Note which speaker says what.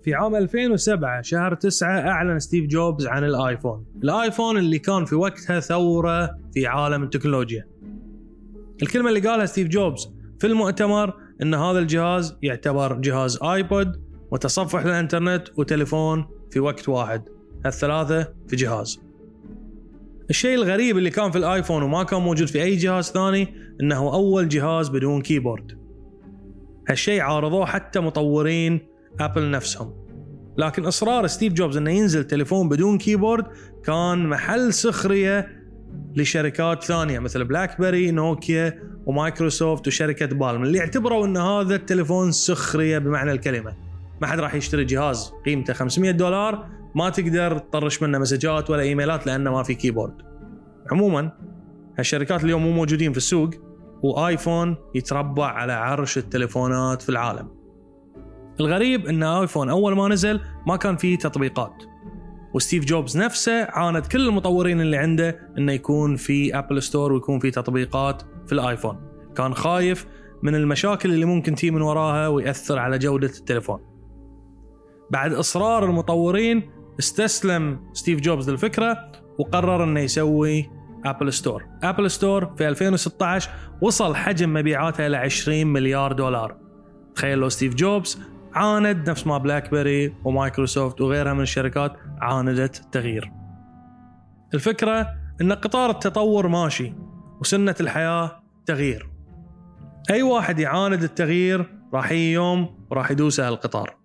Speaker 1: في عام 2007 شهر 9 أعلن ستيف جوبز عن الآيفون اللي كان في وقتها ثورة في عالم التكنولوجيا. الكلمة اللي قالها ستيف جوبز في المؤتمر إن هذا الجهاز يعتبر جهاز آيبود، متصفح للإنترنت وتليفون في وقت واحد، الثلاثة في جهاز. الشيء الغريب اللي كان في الآيفون وما كان موجود في أي جهاز ثاني إنه أول جهاز بدون كيبورد. هالشيء عارضوه حتى مطورين أبل نفسهم، لكن إصرار ستيف جوبز إنه ينزل تليفون بدون كيبورد كان محل سخرية لشركات ثانية مثل بلاك بيري، نوكيا ومايكروسوفت وشركة بالم، اللي اعتبروا إن هذا التليفون سخرية بمعنى الكلمة. ما حد راح يشتري جهاز قيمته $500 ما تقدر تطرش منه مسجات ولا إيميلات لأنه ما في كيبورد. عموما هالشركات اليوم مو موجودين في السوق، وآيفون يتربع على عرش التليفونات في العالم. الغريب إن آيفون أول ما نزل ما كان فيه تطبيقات، وستيف جوبز نفسه عاند كل المطورين اللي عنده إنه يكون في أبل ستور ويكون في تطبيقات في الآيفون. كان خايف من المشاكل اللي ممكن تيجي من وراها ويأثر على جودة التليفون. بعد إصرار المطورين استسلم ستيف جوبز للفكرة وقرر إنه يسوي أبل ستور في 2016 وصل حجم مبيعاتها إلى $20 مليار. تخيل لو ستيف جوبز عاند نفس ما بلاك بيري ومايكروسوفت وغيرها من الشركات عاندت التغيير. الفكرة إن قطار التطور ماشي وسنة الحياة تغيير. أي واحد يعاند التغيير راح يجي يوم وراح يدوسه القطار.